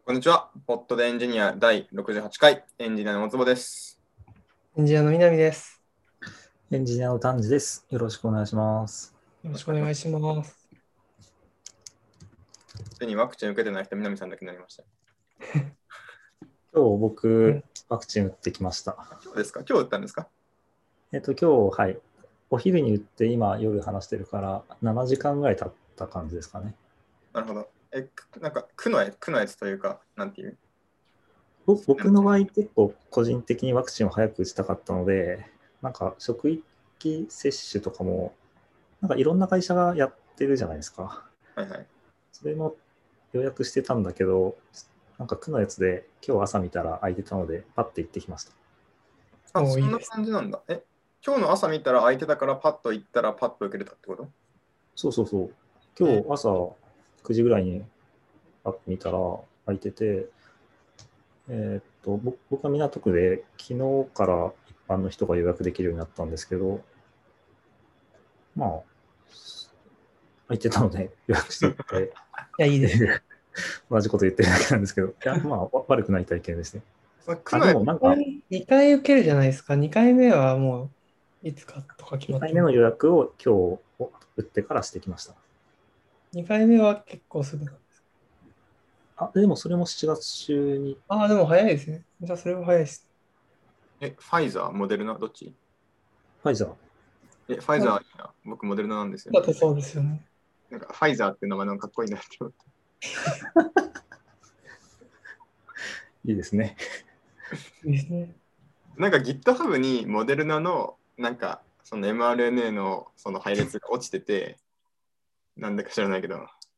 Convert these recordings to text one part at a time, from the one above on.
こんにちは。ポッドでエンジニア第68回エンジニアの大坪です。 エンジニアの南です。 エンジニアの丹治です。よろしくお願いします。 よろしくお願いします。 ついにワクチン受けてない人、南さんだけになりました。 今日僕、ワクチン打ってきました。 今日ですか？今日打ったんですか？ 今日、はい。お昼に打って今夜話してるから7時間ぐらい経った感じですかね。 なるほど。なんか区のやつというか、なんていう？ 僕の場合結構個人的にワクチンを早く打ちたかったので、なんか職域接種とかも、なんかいろんな会社がやってるじゃないですか。 はいはい。 それも予約してたんだけど、なんか区のやつで今日朝見たら空いてたので、パッて行ってきました。 あ、そんないいです。 感じなんだ。今日の朝見たら空いてたからパッと行ったらパッと受けれたってこと？ そうそうそう。今日朝9時ぐらいにアップ見たら空いてて、僕は港区で昨日から一般の人が予約できるようになったんですけど、まあ、空いてたので予約していって、 いや、いいですね。 同じこと言ってるだけなんですけど、いや、まあ、悪くない体験ですね。でその区のやもなんか、 2回受けるじゃないですか。2回目はもういつかとか決ま 2 ってます。 回目の予約を今日打ってからしてきました。 2回目は結構すぐなんです。 でもそれも7月中に。 でも早いですね。じゃあそれは早いです。 ファイザー、モデルナ、どっち？ ファイザー。 ファイザーいいな。僕、モデルナなんですよね。 だとそうですよね。 なんか、ファイザーっていう名前のかっこいいなって思って。 いいですね。 いいですね。 なんか GitHub にモデルナのなんかその mRNA のその配列が落ちてて、なんでか知らないけど。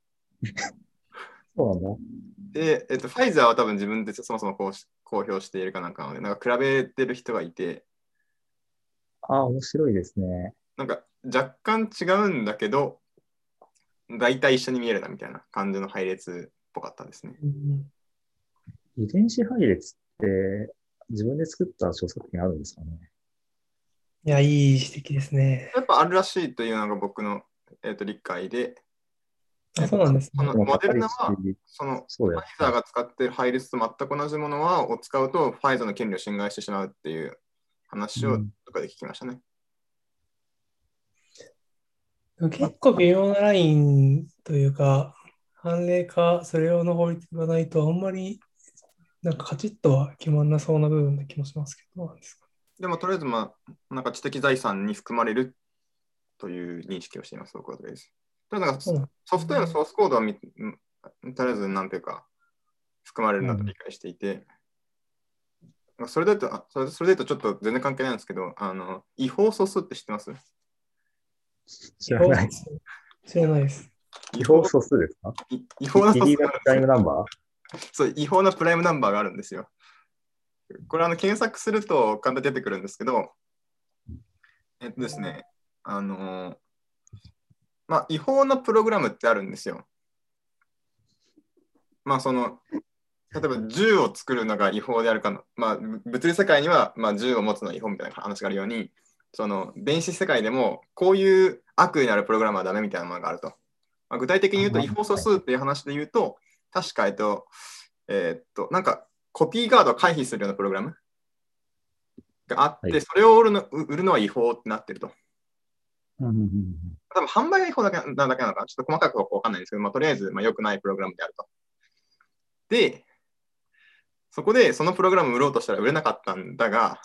そうなんだ。 で、ファイザーは多分自分でそもそも公表しているかなんかなので、なんか比べてる人がいて、 面白いですね。 なんか若干違うんだけど、大体一緒に見えるなみたいな感じの配列っぽかったですね。 遺伝子配列って自分で作った著作権あるんですかね。 いや、いい指摘ですね。 やっぱあるらしいというのが僕の、理解で、 そうなんですね。 そのモデルナは、そのそうだよ。 ファイザーが使っている配列と全く同じものを使うと、ファイザーの権利を侵害してしまうっていう話をとかで聞きましたね。 結構微妙なラインというか、判例か、それ用の法律がないと、あんまりなんかカチッとは決まんなそうな部分な気もしますけど、どうなんですか？ でも、とりあえず、なんか知的財産に含まれるという認識をしています、僕はとりあえず。ただ、ソフトウェアのソースコードはとりあえず、なんていうか、含まれるんだと理解していて、それで言うとちょっと全然関係ないんですけど、違法素数って知ってます？ 知らない。 知らないです。 違法素数ですか？ 違法な素数。 イリーガルプライムナンバー？ そう、違法なプライムナンバーがあるんですよ。これ検索すると簡単に出てくるんですけど、ですね、違法なプログラムってあるんですよ。例えば銃を作るのが違法であるかの、物理世界には、銃を持つのは違法みたいな話があるように、その電子世界でもこういう悪意のあるプログラムはダメみたいなものがあると。具体的に言うと、違法素数っていう話で言うと、確か、なんかコピーガードを回避するようなプログラムがあって、それを売るのは違法ってなってると。多分販売が違法だけなのかな、ちょっと細かくは分かんないんですけど、とりあえず良くないプログラムであると。で、そこでそのプログラムを売ろうとしたら売れなかったんだが、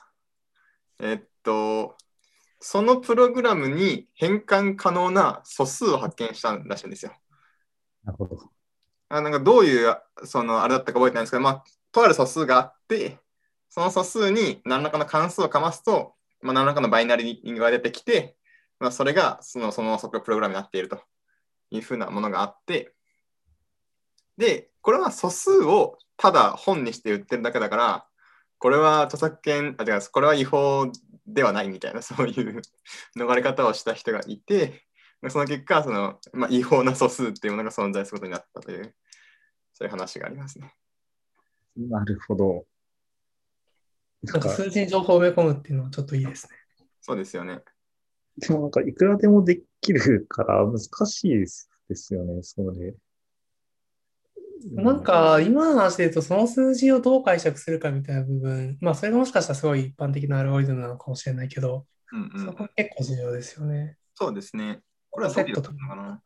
そのプログラムに変換可能な素数を発見したらしいんですよ。 なるほど。 なんかどういうあれだったか覚えてないんですけど、とある素数があって、その素数に何らかの関数をかますと、何らかのバイナリーが出てきて、それがそのプログラムになっているというふうなものがあって、で、これは素数をただ本にして売ってるだけだから、これは著作権、これは違法ではないみたいな、そういう逃れ方をした人がいて、その結果、違法な素数っていうものが存在することになったという、そういう話がありますね。 なるほど。 なんか数字に情報を埋め込むっていうのはちょっといいですね。 そうですよね。 でもなんかいくらでもできるから難しいですよね、それ。 なんか、今の話で言うと、その数字をどう解釈するかみたいな部分、まあ、それがもしかしたらすごい一般的なアルゴリズムなのかもしれないけど、 うんうんうそこん。 結構重要ですよね。 そうですね。これはどういうことセットとか。 なのかな。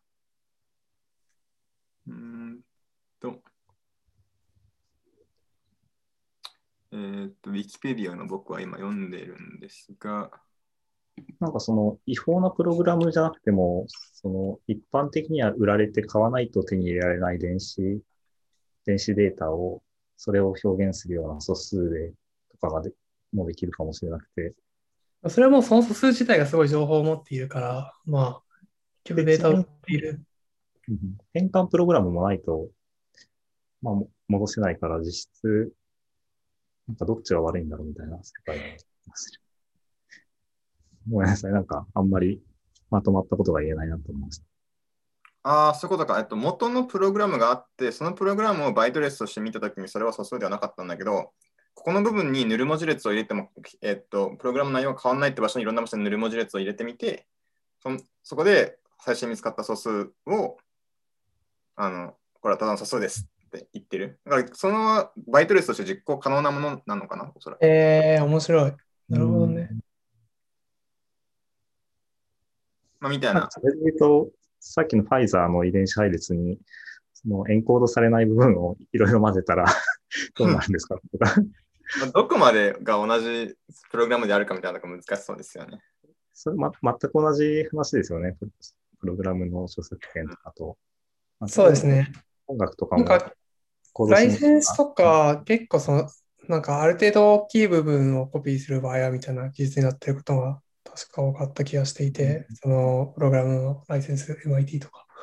うーんと、ウィキペディアの僕は今読んでるんですが、 なんかその違法なプログラムじゃなくても、その一般的には売られて買わないと手に入れられない電子データを、それを表現するような素数でとかがもうできるかもしれなくて、 それはもうその素数自体がすごい情報を持っているから、まあ、結局データを持っている。 変換プログラムもないと、まあ、戻せないから実質、なんかどっちが悪いんだろうみたいな世界になってまする。ごめんなさい。なんかあんまりまとまったことが言えないなと思いました。 ああ、そういうことか。元のプログラムがあって、そのプログラムをバイト列として見たときにそれは素数ではなかったんだけど、ここの部分にヌル文字列を入れても、プログラムの内容が変わらないって場所にいろんな場所にヌル文字列を入れてみて、そこで最初に見つかった素数を、これはただの素数ですって言ってる。だからそのバイト列として実行可能なものなのかな、おそらく。 面白い。なるほどね。 まあ、みたいな。 なんかそれで言うと、さっきのファイザーの遺伝子配列に、そのエンコードされない部分をいろいろ混ぜたらどうなるんですかとかどこまでが同じプログラムであるかみたいなのが難しそうですよね。 それ、全く同じ話ですよね。プログラムの著作権とかと。 そうですね。 音楽とかもなんか、 コードライ進行が。 センスとか、結構なんかある程度大きい部分をコピーする場合はみたいな記述になっていることが確か多かった気がしていて、そのプログラムのライセンス MIT とか。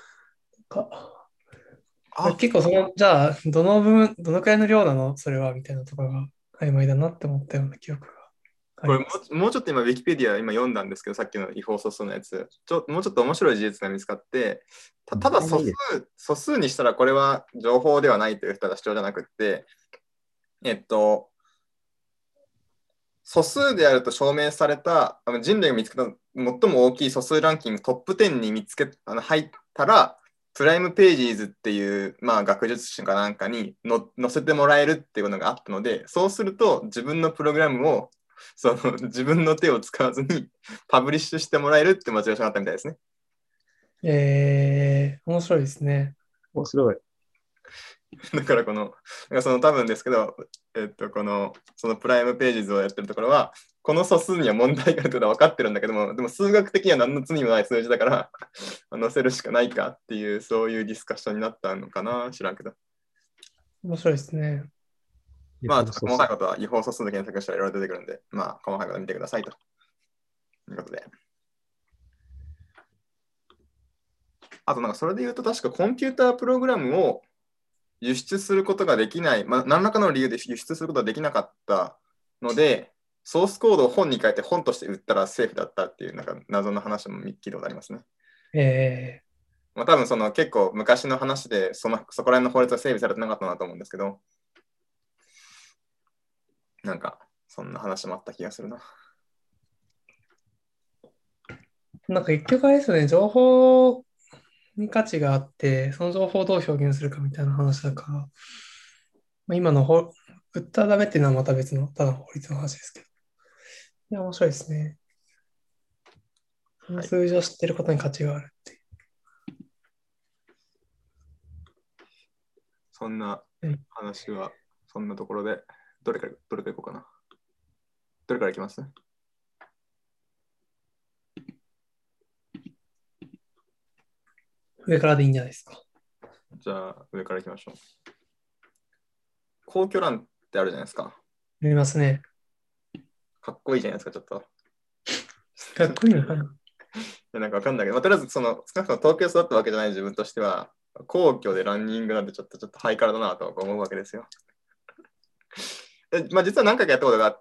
結構じゃあ、どの部分、どのくらいの量なのそれはみたいなところが曖昧だなって思ったような記憶があこれります。 もうちょっと今、ウィキペディア今読んだんですけど、さっきの違法素数のやつ、もうちょっと面白い事実が見つかって、ただ素数にしたらこれは情報ではないという人が主張じゃなくて、素数であると証明された人類が見つけた最も大きい素数ランキングトップ10に入ったら、プライムページーズっていう、まあ、学術誌かなんかに載せてもらえるっていうのがあったので、そうすると自分のプログラムを自分の手を使わずにパブリッシュしてもらえるってモチベーションがあったみたいですね。 面白いですね。 面白い。 だからその多分ですけど、そのプライムページズをやってるところは、この素数には問題があることは分かってるんだけども、でも数学的には何の罪もない数字だから載せるしかないかっていう、そういうディスカッションになったのかな、知らんけど。 面白いですね。 まあ、細かいことは違法素数で検索したらいろいろ出てくるんで、まあ、細かいこと見てくださいということで。あと、なんかそれで言うと、確かコンピュータープログラムを輸出することができない、何らかの理由で輸出することができなかったので、ソースコードを本に書いて本として売ったらセーフだったっていうなんか謎の話も聞いたことありますね。多分結構昔の話でそこら辺の法律は整備されてなかったなと思うんですけど、なんかそんな話もあった気がするな。 なんか結局あれですよね、情報に価値があって、その情報をどう表現するかみたいな話だから、今の売ったらダメっていうのはまた別の、ただの法律の話ですけど。いや、面白いですね。その数字を知ってることに価値があるっていう。 そんな話は、そんなところで、どれからいこうかな。どれからいきます？ 上からでいいんじゃないですか。 じゃあ、上からいきましょう。皇居欄ってあるじゃないですか。 見ますね。 かっこいいじゃないですか、ちょっと。 かっこいいのかな。 なんかわかんないけど、とりあえず少なくとも東京育ったわけじゃない自分としては、皇居でランニングなんてちょっとハイカラだなと思うわけですよ。実は何回かやったことがあって、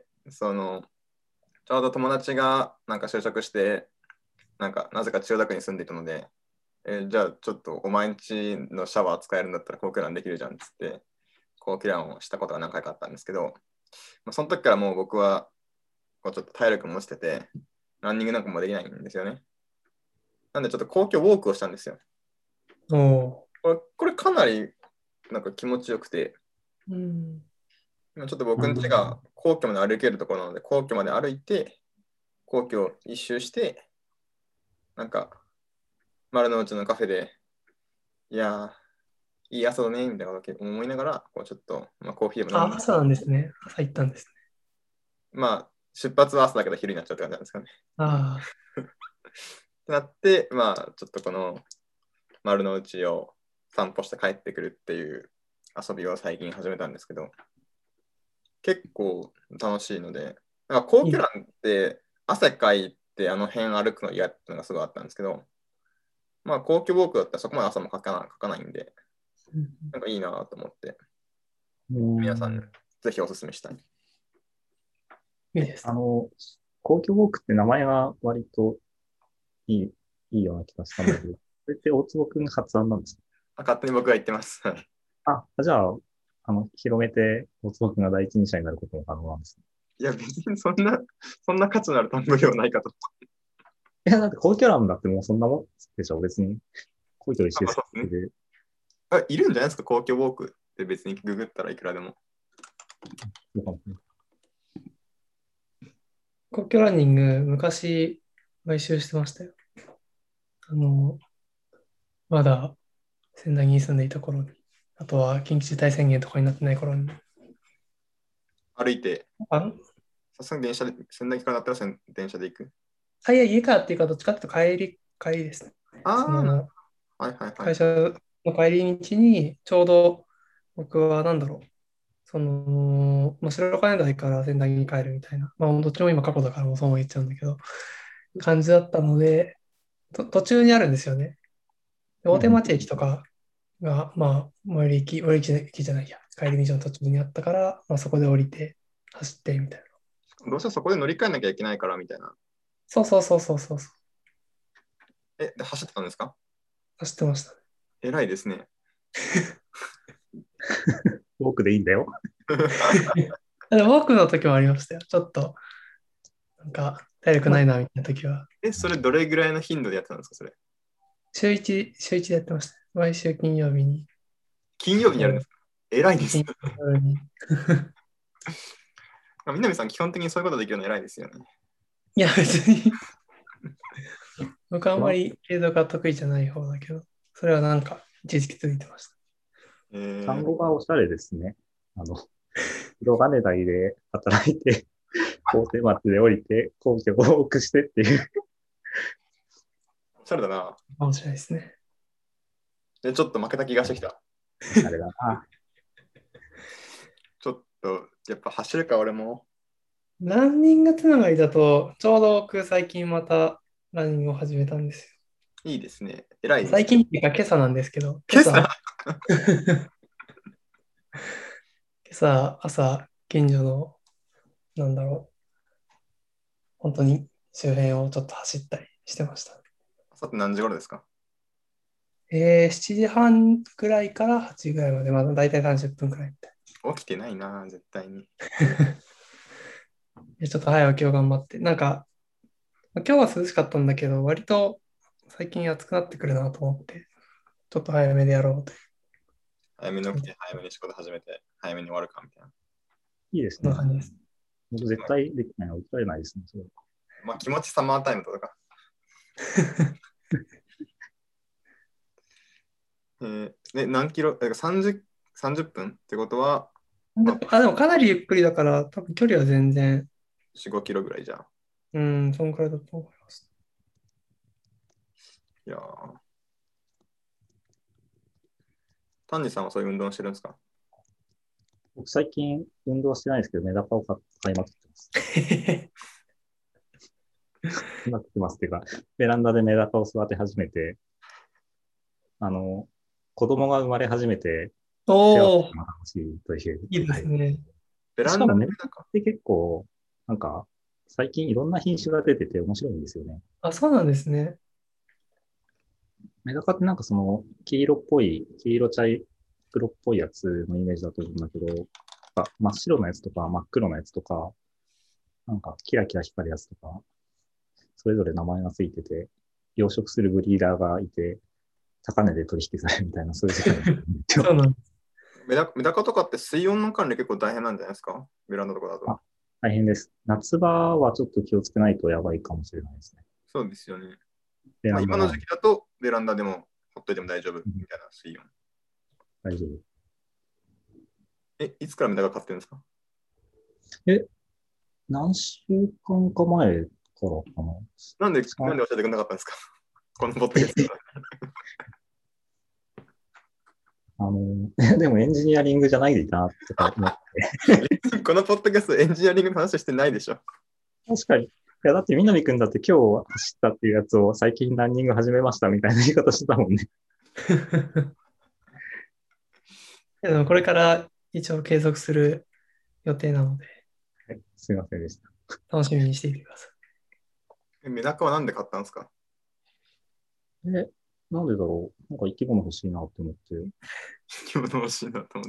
ちょうど友達がなんか就職して、なぜか千代田区に住んでいたので、じゃあちょっとお前んちのシャワー使えるんだったら皇居ランできるじゃんっつって、皇居ランをしたことが何回かあったんですけど、その時からもう僕はちょっと体力も落ちてて、ランニングなんかもできないんですよね。なんでちょっと皇居ウォークをしたんですよ。これかなりなんか気持ちよくて、 うん。 今ちょっと僕ん家が皇居まで歩けるところなので、皇居まで歩いて、皇居を一周して、なんか、丸の内のカフェで、いやー、いい朝だね、みたいなことを思いながら、こうちょっと、まあ、コーヒーでも飲んで、 朝なんですね。朝行ったんですね。 まあ、出発は朝だけど昼になっちゃうって感じなんですかね。 あってなって、まあ、ちょっとこの丸の内を散歩して帰ってくるっていう遊びを最近始めたんですけど、結構楽しいので、なんか皇居欄って汗かいてあの辺歩くの嫌っていうのがすごいあったんですけど、まあ皇居ウォークだったらそこまで朝もかかないんで、 あ。 なんかいいなと思って、 うん皆さんにぜひおすすめしたい。 いいです。 皇居ウォークって名前が割といいような気がしたんだけど、それって大坪くん発案なんですか？ 勝手に僕が言ってます。 じゃあ、広めて大坪くんが第一人者になることも可能なんですね。 いや、別にそんな価値のある単語ではないかと。 いや、だって皇居欄だってもうそんなもんでしょ、別に。皇居と一緒そうですね。 で。 いるんじゃないですか、皇居ウォークって別にググったらいくらでも。 そうかもね。 皇居ランニング、昔、買収してましたよ。まだ仙台に住んでいた頃に。あとは緊急事態宣言とかになってない頃に。 歩いて、 あ、 さすがに電車で、仙台からだったら電車で行く。 いや、家からっていうか、どっちかっていうと帰りですね。 ああ、 そのはいはいはい。 会社の帰り道に、ちょうど僕はまあ、白金台から仙台に帰るみたいな、まあ、どっちも今過去だからもうそう言っちゃうんだけど、感じだったので、途中にあるんですよね。で大手町駅とかが、まあ、最寄り駅じゃないや、帰り道の途中にあったから、まあ、そこで降りて、走ってみたいな。 どうせそこで乗り換えなきゃいけないからみたいな。 そうそうそうそうそう。 で走ってたんですか？ 走ってましたね。 偉いですね。 ウォークでいいんだよ。 でも、多くの時もありましたよ。ちょっと、なんか、体力ないな、みたいな時は。 それどれぐらいの頻度でやってたんですか、それ。 週一でやってました。毎週金曜日に。 金曜日にやるんですか？偉いですね。 金曜日に。 南さん、基本的にそういうことできるの偉いですよね。 いや、別に僕はあんまり継続が得意じゃない方だけど、それはなんか一時期続いてました。 単語がおしゃれですね。色金台で働いて、大手町で降りて、皇居をウォークしてっていう。 おしゃれだな。 面白いですね。 ちょっと負けた気がしてきた。 あれだな。 ちょっと、やっぱ走るか、俺も。 ランニングつながりだと、ちょうど僕最近またランニングを始めたんですいいですね。偉いよ。 です。 最近っていうか今朝なんですけど、 今朝朝、近所の、なんだろう、本当に周辺をちょっと走ったりしてました。 朝って何時頃ですか 7時半くらいから8時ぐらいまで、まだ大体30分くらいみたい起きてないな、絶対に。 でちょっと早起きを頑張って。なんか、今日は涼しかったんだけど、割と最近暑くなってくるなと思って、ちょっと早めでやろうと。 早めに起きて、早めに仕事始めて、早めに終わるかみたいな。 いいですねそんな。感じです。 僕絶対できないの、起きられないですね。それまあ、気持ちサマータイムとか。何キロ、30分ってことは、 でもかなりゆっくりだから、多分距離は全然、 4、5キロぐらいじゃん。 そんくらいだと思います。 いやー。丹治さんはそういう運動してるんですか？ 僕最近運動してないですけど、メダカを買いまくってます。買いまくってますっていうか、ベランダでメダカを育て始めて、子供が生まれ始めて、世話おー、 をするのが楽しいという。 いいですね。 ベランダしかもメでなんかダカって結構、なんか、最近いろんな品種が出てて面白いんですよね。 あ、そうなんですね。 メダカってなんかその、黄色茶黒っぽいやつのイメージだと思うんだけど、真っ白なやつとか真っ黒なやつとか、なんかキラキラ光るやつとか、それぞれ名前がついてて、養殖するブリーダーがいて、高値で取引されるみたいな、そういう世界なんですよ。 そうなんです。 メダカとかって水温の管理結構大変なんじゃないですか？ベランダとかだと。 大変です。夏場はちょっと気をつけないとやばいかもしれないですね。 そうですよね。 ベランダは今の時期だとベランダでもほっといても大丈夫みたいな水温。 大丈夫。 いつからメダカ飼ってるんですか？ 何週間か前からかな。 なんで教えてくれなかったんですか？このポッドキャストは。 でもエンジニアリングじゃないなとか思って。 このポッドキャストエンジニアリングの話してないでしょ。 確かに。いや、だって南くんだって今日走ったっていうやつを最近ランニング始めましたみたいな言い方してたもんね。 でもこれから一応継続する予定なので、 はい、すいませんでした。 楽しみにしていてください。 メダカはなんで買ったんですか？ なんでだろう。なんか生き物欲しいなって思って。 生き物欲しいなと思って。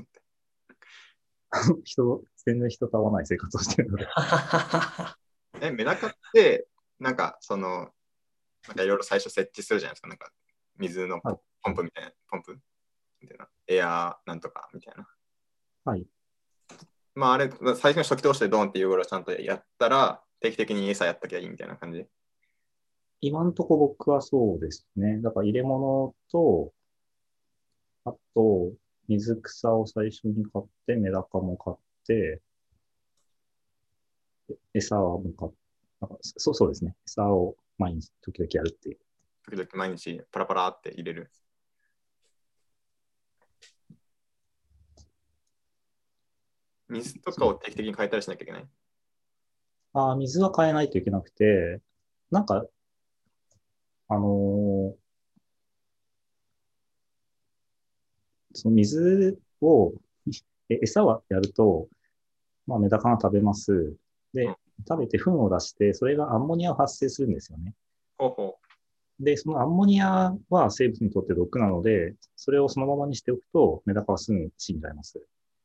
全然人と会わない生活をしてるので。 メダカって、なんかいろいろ最初設置するじゃないですか。なんか水のポンプみたいな、エアーなんとかみたいな。 はい。 まああれ、最初に初期投資でドンっていうぐらいちゃんとやったら、定期的に餌やったきゃいいみたいな感じ。 今んとこ僕はそうですね。だから入れ物と、あと、水草を最初に買って、メダカも買って、餌も買って、そうですね。餌を毎日時々やるっていう。 時々毎日パラパラって入れる。水とかを定期的に変えたりしなきゃいけない。 水は変えないといけなくて、なんか、その水を、餌をやると、まあ、メダカが食べます。で、食べて糞を出して、それがアンモニアを発生するんですよね。 ほうほで、そのアンモニアは生物にとって毒なので、それをそのままにしておくと、メダカはすぐ死んじゃいます。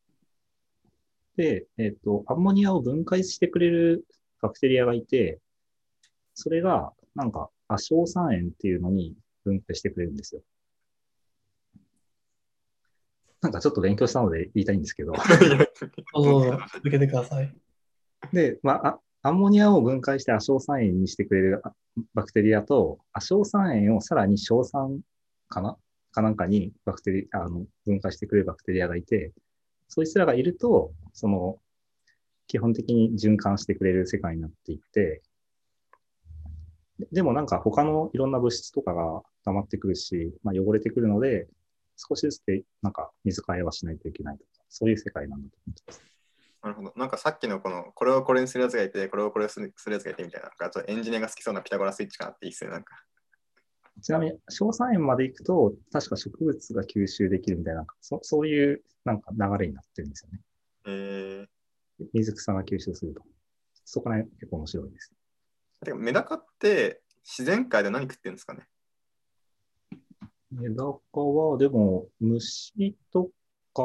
で、アンモニアを分解してくれるバクテリアがいて、それが、なんか、亜硝酸塩っていうのに分解してくれるんですよ。なんかちょっと勉強したので言いたいんですけど。 どうぞ、続けてください。 で、アンモニアを分解して亜硝酸塩にしてくれるバクテリアと、亜硝酸塩をさらに硝酸かなんかに分解してくれるバクテリアがいて、そいつらがいると、基本的に循環してくれる世界になっていって、でもなんか他のいろんな物質とかが溜まってくるし、汚れてくるので、少しずつでなんか水替えはしないといけないとか、そういう世界なんだと思ってます。 なるほど。なんかさっきのこれをこれにするやつがいて、これをこれにするやつがいてみたいな、なんかちょっとエンジニアが好きそうなピタゴラスイッチかなっていいっすね、なんか。 ちなみに、硝酸塩まで行くと、確か植物が吸収できるみたいな、そういうなんか流れになってるんですよね。水草が吸収すると。そこら辺結構面白いです。 メダカって自然界で何食ってるんですかね？ メダカは、でも、虫とか、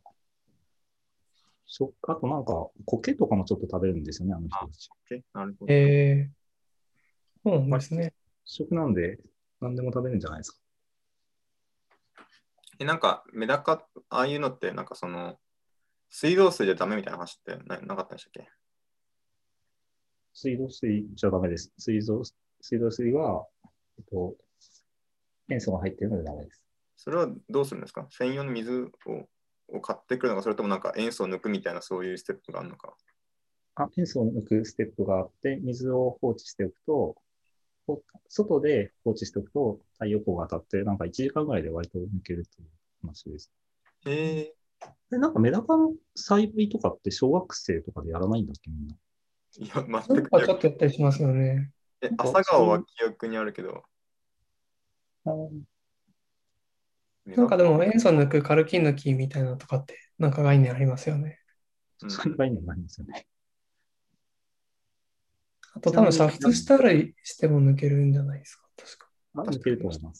あとなんか、苔とかもちょっと食べるんですよね、あの人たち。 なるほど。 そうなんですね。 食なんで、何でも食べるんじゃないですか。 なんか、メダカ、ああいうのって、なんか水道水でダメみたいな話ってなかったんでしたっけ？ 水道水じゃダメです。水道水は、塩素が入っているのでダメです。 それはどうするんですか？専用の水を買ってくるのか、それともなんか塩素を抜くみたいなそういうステップがあるのか？ 塩素を抜くステップがあって、水を放置しておくと、外で放置しておくと太陽光が当たって、なんか1時間ぐらいで割と抜けるという話です。で、なんかメダカの栽培とかって小学生とかでやらないんだっけ、みんな。 いや、 なん全くかちょっとやったりしますよね。 朝顔は記憶にあるけど。 なんかでも塩素抜くカルキン抜きみたいなのとかってなんか概念ありますよね。 そういう概念がありますよね。 あと多分煮沸したりしても抜けるんじゃないですか。確か。 抜けると思います。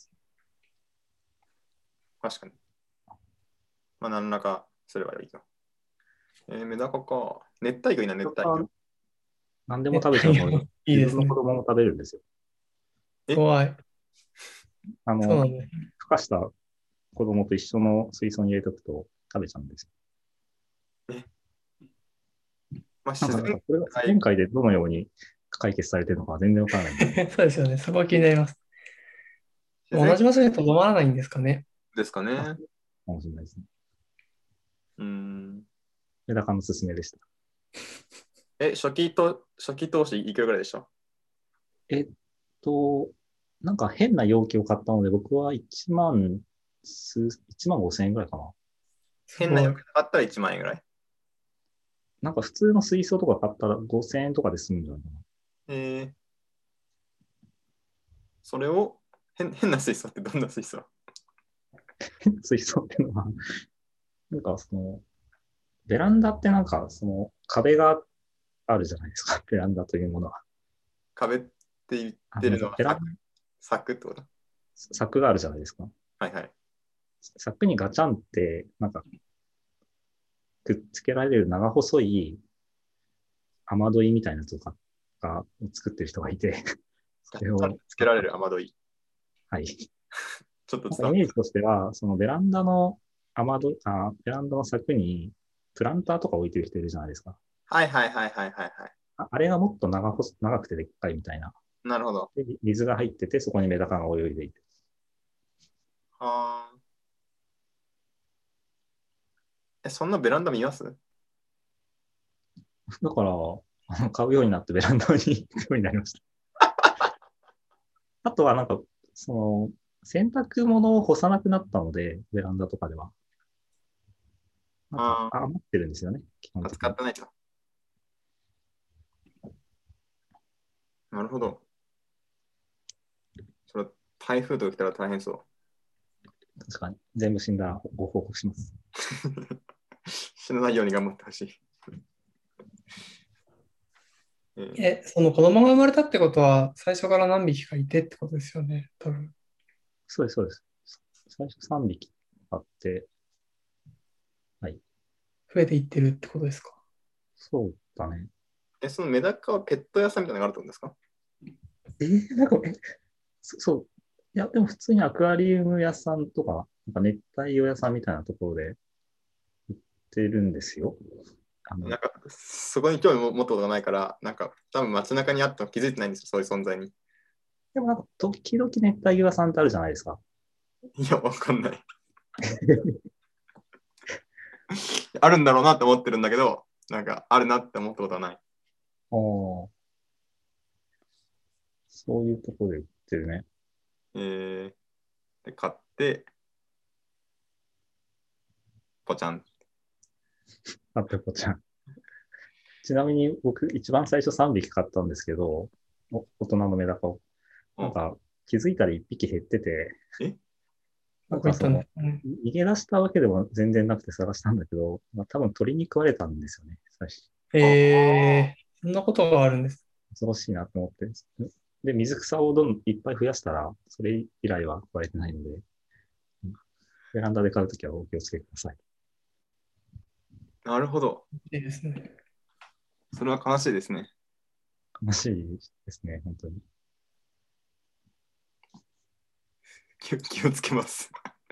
確かに。何らかすればいいと。メダカか。熱帯魚いいな、熱帯魚。 何でも食べちゃうので、 いいですね。 自分の子供も食べるんですよ。 怖い。 孵化した子供と一緒の水槽に入れとくと、 食べちゃうんですよ。 まあ、 なんか自然これが前回でどのように解決されてるのか全然わからないんで。 そうですよね。そこは気になります。同じ場所にとどまらないんですかね。 ですかね。 かもしれないですね。 うん。 メダカのおすすめでした。 初期投資いくらぐらいでした？ えっなんか変な容器を買ったので、僕は1万5千円ぐらいかな。 変なよく買ったら1万円ぐらい。 なんか普通の水槽とか買ったら5千円とかで済むんじゃないかな。 それを変な水槽ってどんな水槽？ 水槽っていうのは、なんかベランダってなんか壁があるじゃないですか。ベランダというものは。 壁って言ってるのはベラン柵ってこと？ 柵があるじゃないですか。 はいはい。 柵にガチャンって、なんか、くっつけられる長細い雨どいみたいなやつを作ってる人がいて、それをつけられる雨どい。 はい。 ちょっとイメージとしては、そのベランダのベランダの柵にプランターとか置いてる人いるじゃないですか。 はいはいはいはいはいはい。 あれがもっと長くてでっかいみたいな。 なるほど。 で水が入ってて、そこにメダカが泳いでいて。 そんなベランダ見ます？ だから、買うようになってベランダに行くようになりました。あとはなんか、洗濯物を干さなくなったので、ベランダとかでは。なんか余ってるんですよね、基本的に。 使ってないと。なるほど。それ台風とか来たら大変そう。 確かに。全部死んだらご報告します。 死なないように頑張ってほしい。 その子供が生まれたってことは、最初から何匹かいてってことですよね、多分。 そうです、そうです。最初3匹あって、はい。 増えていってるってことですか？ そうだね。 そのメダカはペット屋さんみたいなのがあるってことですか？ なんか、そう。いや、でも普通にアクアリウム屋さんとか、なんか熱帯魚屋さんみたいなところで売ってるんですよ。 なんか、そこに興味持ったことがないから、なんか、多分街中にあっても気づいてないんですよ、そういう存在に。 でもなんか、時々熱帯魚屋さんってあるじゃないですか。 いや、わかんない。あるんだろうなって思ってるんだけど、なんか、あるなって思ったことはない。 そういうところで売ってるね。 で、買って、ポチャン。 あってこちゃん。ちなみに僕、一番最初3匹買ったんですけど、大人のメダカを。なんか、気づいたら1匹減ってて、なんか逃げ出したわけでも全然なくて探したんだけど、多分鳥に食われたんですよね、最初。 そんなことがあるんです。 恐ろしいなと思って。で、水草をいっぱい増やしたら、それ以来は食われてないので、ベランダで飼うときはお気をつけください。 なるほど。 いいですね。 それは悲しいですね。 悲しいですね、本当に。 気をつけます。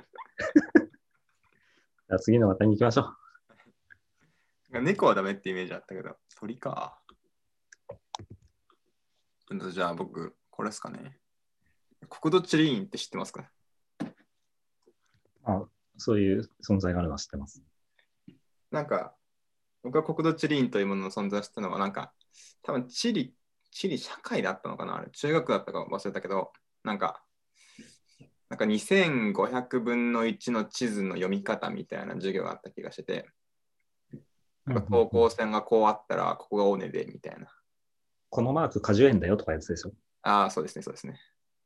じゃあ次の話題に行きましょう。猫はダメってイメージあったけど、鳥か。じゃあ僕、これですかね。国土地理院って知ってますか？ そういう存在があるのは知ってます。 なんか、僕は国土地理院というものの存在を知ったのは、なんか、多分地理社会だったのかな、あれ中学だったか忘れたけど、なんか2500分の1の地図の読み方みたいな授業があった気がしてて、なんか等高線がこうあったら、ここが尾根でみたいな。 このマーク果樹園だよとかやつでしょ。 そうですね、そうですね。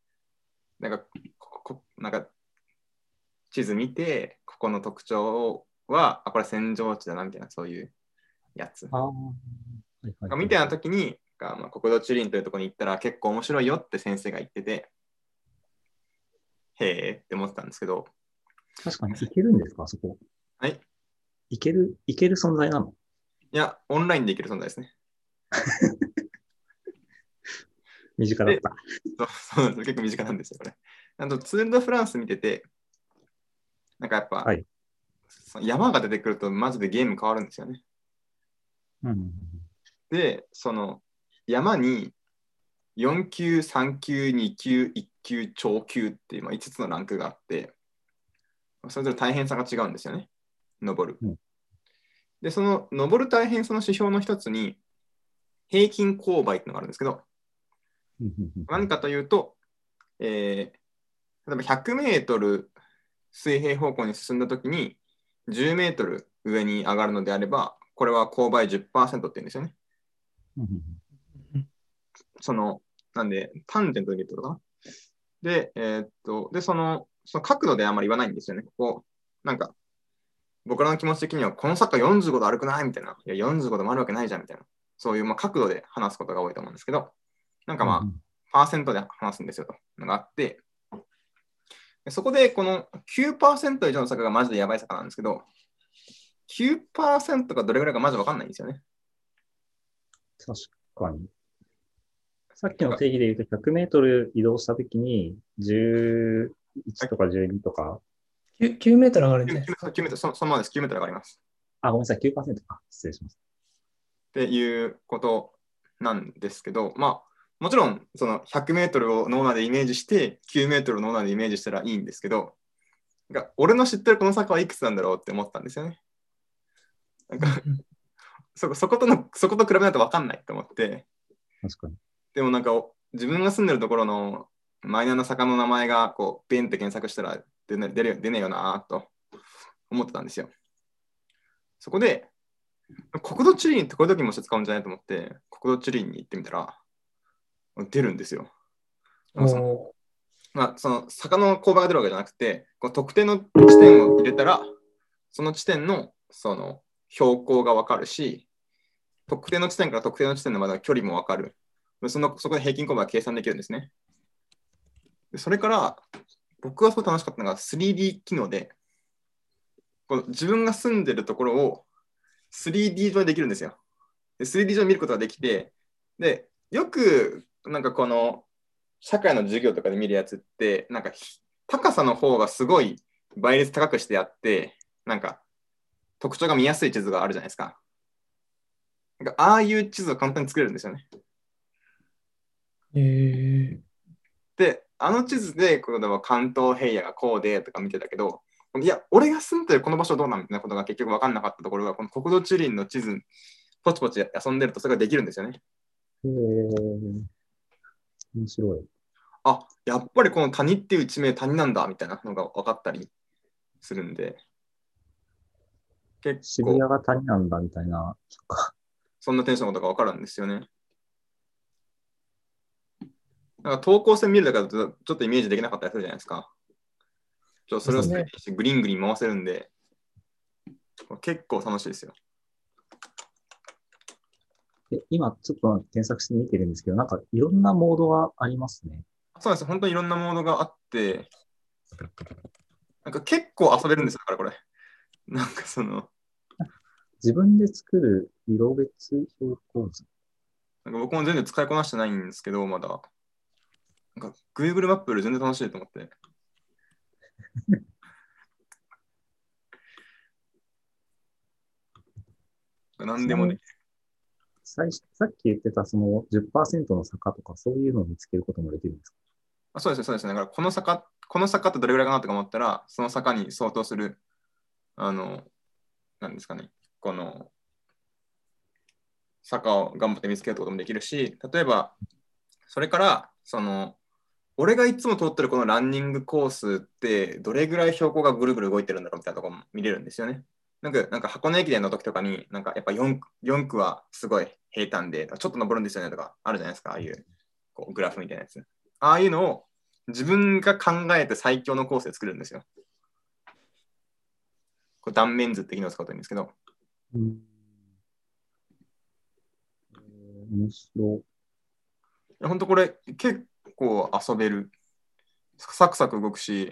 なんか地図見て、ここの特徴は、これ扇状地だなみたいな、そういうやつ。みたいな時に、国土地理院というところに行ったら結構面白いよって先生が言ってて、へえって思ってたんですけど。 確かに、いけるんですか、そこ。 はい。 いける存在なの？ いや、オンラインでいける存在ですね。 身近だった。 そうなんですよ。結構身近なんですよ、これ。ツール・ド・フランス見てて、なんかやっぱ、 その山が出てくるとマジでゲーム変わるんですよね。 うん。 で、その山に4級、3級、2級、1級、超級っていう、5つのランクがあって、それぞれ大変さが違うんですよね。登る。 うんで、その登る大変さの指標の一つに、平均勾配っていうのがあるんですけど、何かというと、例えば100メートル水平方向に進んだときに、10メートル上に上がるのであれば、これは勾配 10% って言うんですよね。その、なんで、タンジェントで言うとかな。で、その角度であんまり言わないんですよね。こう、なんか、僕らの気持ち的には、この坂45度歩くないみたいな。いや、45度もあるわけないじゃんみたいな。そういう、角度で話すことが多いと思うんですけど、なんかパーセントで話すんですよと。のがあって、そこでこの 9% 以上の坂がマジでやばい坂なんですけど、9% がどれぐらいかマジで分かんないんですよね。 確かに。さっきの定義で言うと100メートル移動したときに11とか12とか。 9メートル上がるんじゃないですか。 9メートル、そのままです。9メートル上がります。 あ、ごめんなさい、9%か。失礼します。 っていうことなんですけど、もちろんその100メートルを脳内でイメージして9メートルを脳内でイメージしたらいいんですけど、俺の知ってるこの坂はいくつなんだろうって思ったんですよね。なんかそこと比べないと分かんないと思って。 確かに。 でもなんか自分が住んでるところのマイナーな坂の名前がこうベンって検索したら出ねえよなと思ってたんですよ。そこで国土地理院ってこういう時もして使うんじゃないと思って国土地理院に行ってみたら出るんですよ。その坂の勾配が出るわけじゃなくて、こう特定の地点を入れたらその地点のその標高が分かるし、特定の地点から特定の地点までの距離も分かる。そこで平均勾配が計算できるんですね。でそれから僕がすごい楽しかったのが 3D 機能で、この自分が住んでるところを 3D 上にできるんですよ。で 3D 上に見ることができて、でよくなんかこの社会の授業とかで見るやつって、なんか高さの方がすごい倍率高くしてあって、なんか特徴が見やすい地図があるじゃないですか。なんかああいう地図を簡単に作れるんですよね。で、あの地図でこの関東平野がこうでとか見てたけど、いや、俺が住んでるこの場所どうなんみたいなことが結局分かんなかったところが、この国土地理院の地図、ポチポチ遊んでるとそれができるんですよね。 面白い。 あ、やっぱりこの谷っていう地名谷なんだみたいなのが分かったりするんで、結渋構谷が谷なんだみたいな。 そんなテンションのことが分かるんですよね。なんか等高線見るだけだとちょっとイメージできなかったりするじゃないですか。それをグリングリン回せるんで、結構楽しいですよ。 今ちょっと検索して見てるんですけど、なんかいろんなモードがありますね。 そうです。本当にいろんなモードがあって、なんか結構遊べるんですよ、だからこれ。なんかその。 自分で作る色別標高図。 なんか僕も全然使いこなしてないんですけど、まだ。なんか Google マップより全然楽しいと思って。何でもできる。 さっき言ってたその 10% の坂とかそういうのを見つけることもできるんですか？ そうですね、そうですね。だからこの坂ってどれぐらいかなとか思ったら、その坂に相当する、なんですかね、この坂を頑張って見つけることもできるし、例えば、それから、俺がいつも通ってるこのランニングコースってどれぐらい標高がぐるぐる動いてるんだろうみたいなところも見れるんですよね。なんか箱根駅伝の時とかに、なんかやっぱ4区はすごい平坦で、ちょっと登るんですよねとかあるじゃないですか、ああいうこうグラフみたいなやつ。ああいうのを自分が考えて最強のコースで作るんですよ。これ断面図って機能を使うといいんですけど。 面白い。本当これ結構遊べる。サクサク動くし、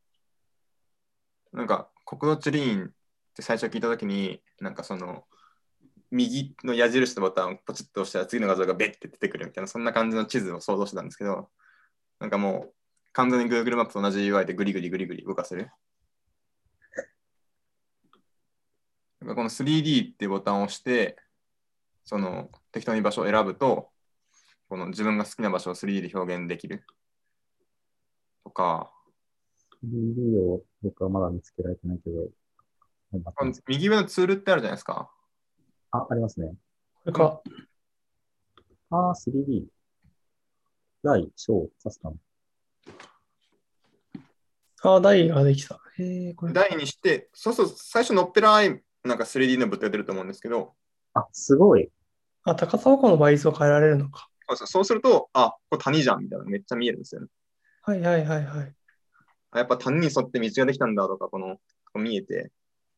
なんか国土地理院って最初聞いたときに、なんかその右の矢印のボタンをポチッと押したら次の画像がベッて出てくるみたいな、そんな感じの地図を想像してたんですけど、なんかもう完全に Google マップと同じ UI でグリグリグリグリ動かせる。 この 3D っていうボタンを押して、その適当に場所を選ぶと、この自分が好きな場所を 3D で表現できるとか、 3D を僕はまだ見つけられてないけど、 右上のツールってあるじゃないですか。 ありますね。 これか。 3D。大、小、カスタム。 台ができた。これ。 台にして、そうすると最初のっぺらいなんか 3D の物体が出ると思うんですけど、 すごい。 高さをこの倍率を変えられるのか。 そうすると、これ谷じゃんみたいなめっちゃ見えるんですよね。 はいはいはいはい。 やっぱ谷に沿って道ができたんだとか、この見えて。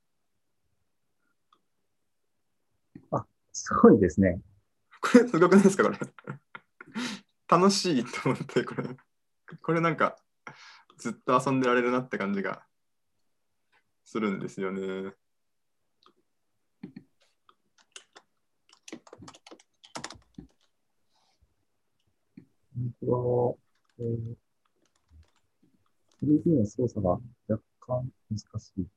すごいですね。 これすごくないですか、これ。楽しいと思って、これなんかずっと遊んでられるなって感じがするんですよね。 本当だ。3D の操作が若干難しい。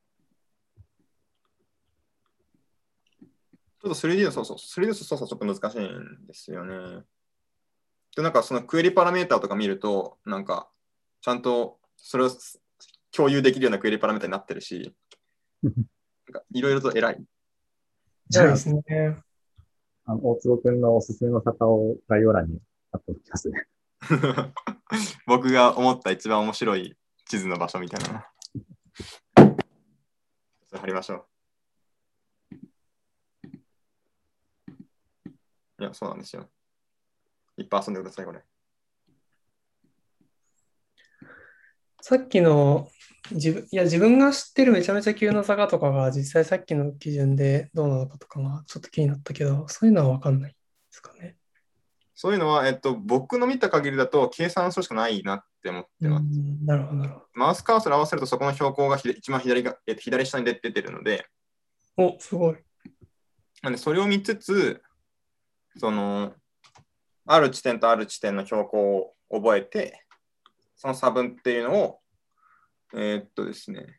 ちょっと 3D の操作ちょっと難しいんですよね。で、なんかそのクエリパラメーターとか見ると、なんかちゃんとそれを共有できるようなクエリパラメーターになってるし、いろいろと偉い。 そうですね。 大坪くんのおすすめの坂を概要欄に貼っておきますね。 僕が思った一番面白い地図の場所みたいな。それ貼りましょう。いや、そうなんですよ。いっぱい遊んでください、これ。 さっきの自分が知ってるめちゃめちゃ急な坂とかが実際さっきの基準でどうなのかとかがちょっと気になったけど、そういうのは分かんないですかね。 そういうのは、僕の見た限りだと計算するしかないなって思ってます。 なるほど、なるほど。 マウスカーソル合わせるとそこの標高が一番左下に出てるので、 すごい。 なんでそれを見つつ、ある地点とある地点の標高を覚えて、その差分っていうのを、ですね、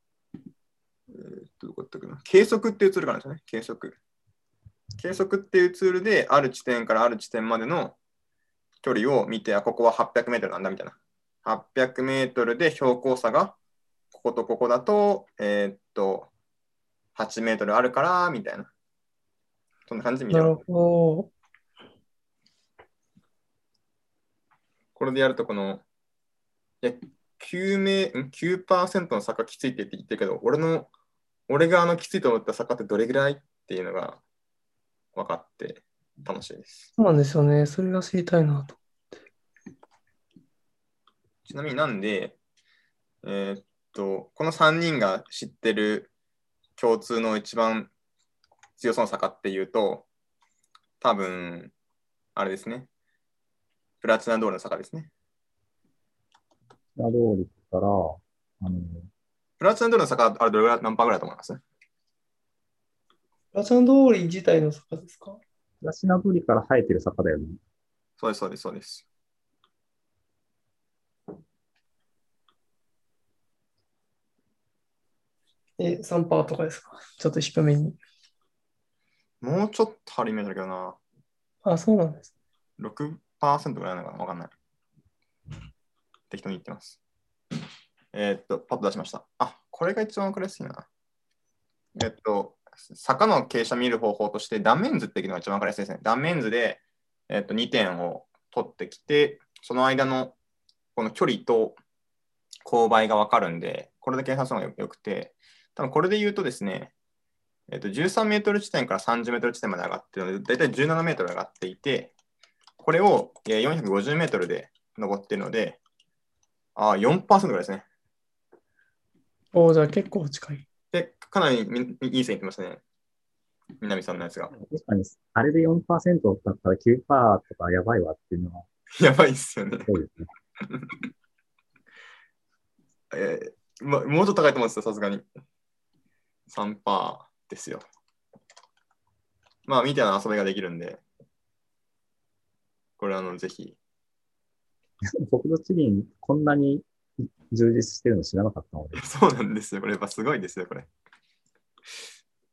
どこだったかな、計測っていうツールがあるんですよね、計測。計測っていうツールで、ある地点からある地点までの距離を見て、ここは800メートルなんだみたいな。800メートルで標高差が、こことここだと、8メートルあるから、みたいな。そんな感じで見れます。 なるほど。 これでやると、9% の坂きついって言ってるけど、俺がきついと思った坂ってどれぐらいっていうのが分かって楽しいです。 そうなんですよね。それが知りたいなと。 ちなみになんで、この3人が知ってる共通の一番強そうな坂っていうと、多分、あれですね。プラチナ通りの坂ですね。 プラチナ通りから、 プラチナ通りの坂、あれどれぐらい、何パーぐらいだと思います？ プラチナ通り自体の坂ですか？ プラチナ通りから生えてる坂だよね。 そうです、そうです、そうです。 3%とかですか？ちょっと低めに。 もうちょっとあるイメージだけどな。 そうなんです。 6% ぐらいなのかな、わかんない。適当に言ってます。パッと出しました。これが一番わかりやすいな。坂の傾斜見る方法として断面図っていうのが一番わかりやすいですね。断面図で、2点を取ってきて、その間のこの距離と勾配がわかるんで、これで計算するのがよくて、多分これで言うとですね、13メートル地点から30メートル地点まで上がっているので、だいたい17メートル上がっていて、これを450メートルで登っているので、4% ぐらいですね。 じゃあ結構近い。 で、かなりいい線いってましたね。南さんのやつが。 確かに、あれで 4% だったら 9% とかやばいわっていうのは、 やばいっすよね。 そうですね。 もうちょっと高いと思うんですよ、さすがに。3% ですよ。まあ、みたいな遊びができるんで、これぜひ。 国土地理こんなに充実してるの知らなかったので。 そうなんですよ。これやっぱすごいですよ、これ。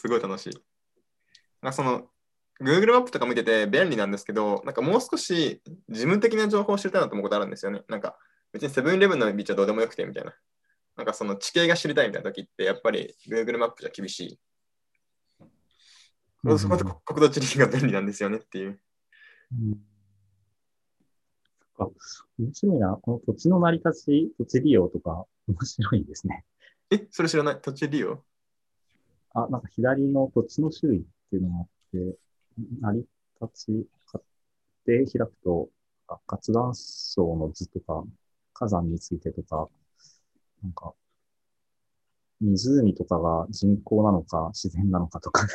すごい楽しい。なんかその Google マップとか見てて便利なんですけど、なんかもう少し事務的な情報を知りたいなと思うことあるんですよね。なんか別にセブンイレブンの道はどうでもよくてみたいな。なんかその地形が知りたいみたいな時ってやっぱり Google マップじゃ厳しい。そこで国土地理が便利なんですよねっていう。 面白いな。この土地の成り立ち、土地利用とか面白いですね。 それ知らない土地利用なんか左の土地の種類っていうのがあって、成り立ち、買って開くと、活断層の図とか、火山についてとか、なんか、湖とかが人工なのか自然なのかとか、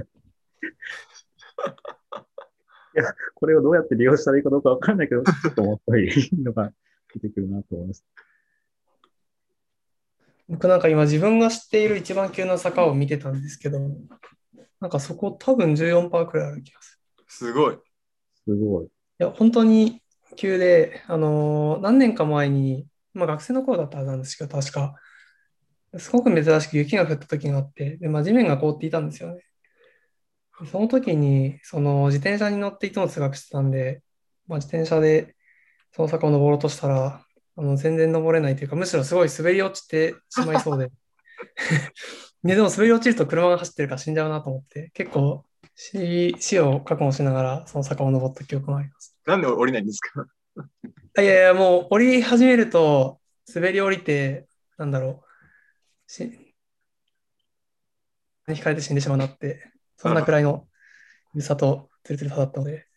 いや、これをどうやって利用したらいいかどうかわからないけど、ちょっと面白いのが出てくるなと思います。 僕なんか今自分が知っている一番急な坂を見てたんですけど、なんかそこ多分14%くらいある気がする。 すごい。 すごい。 いや、本当に急で、何年か前に、まあ学生の頃だったはずなんですけど、確か、すごく珍しく雪が降った時があって、で、まあ地面が凍っていたんですよね。でその時に、自転車に乗っていつも通学してたんで、まあ自転車でその坂を登ろうとしたら、全然登れないというか、むしろすごい滑り落ちてしまいそうで、でも滑り落ちると車が走ってるから死んじゃうなと思って、結構死を覚悟しながらその坂を登った記憶があります。 なんで降りないんですかいやいや、もう降り始めると滑り降りて、なんだろう、引かれて死んでしまうなって、そんなくらいのゆさとツルツルさだったので、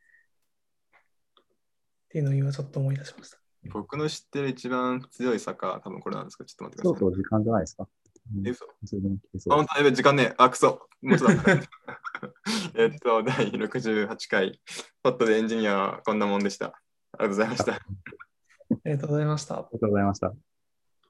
っていうのを今ちょっと思い出しました。 僕の知ってる一番強い坂、多分これなんですけど、ちょっと待ってください。 そうそう、時間じゃないですか。 嘘。 本当やべ、時間ね。クソ。もうちょっと。第68回、ポットでエンジニアはこんなもんでした。ありがとうございました。 ありがとうございました。 ありがとうございました。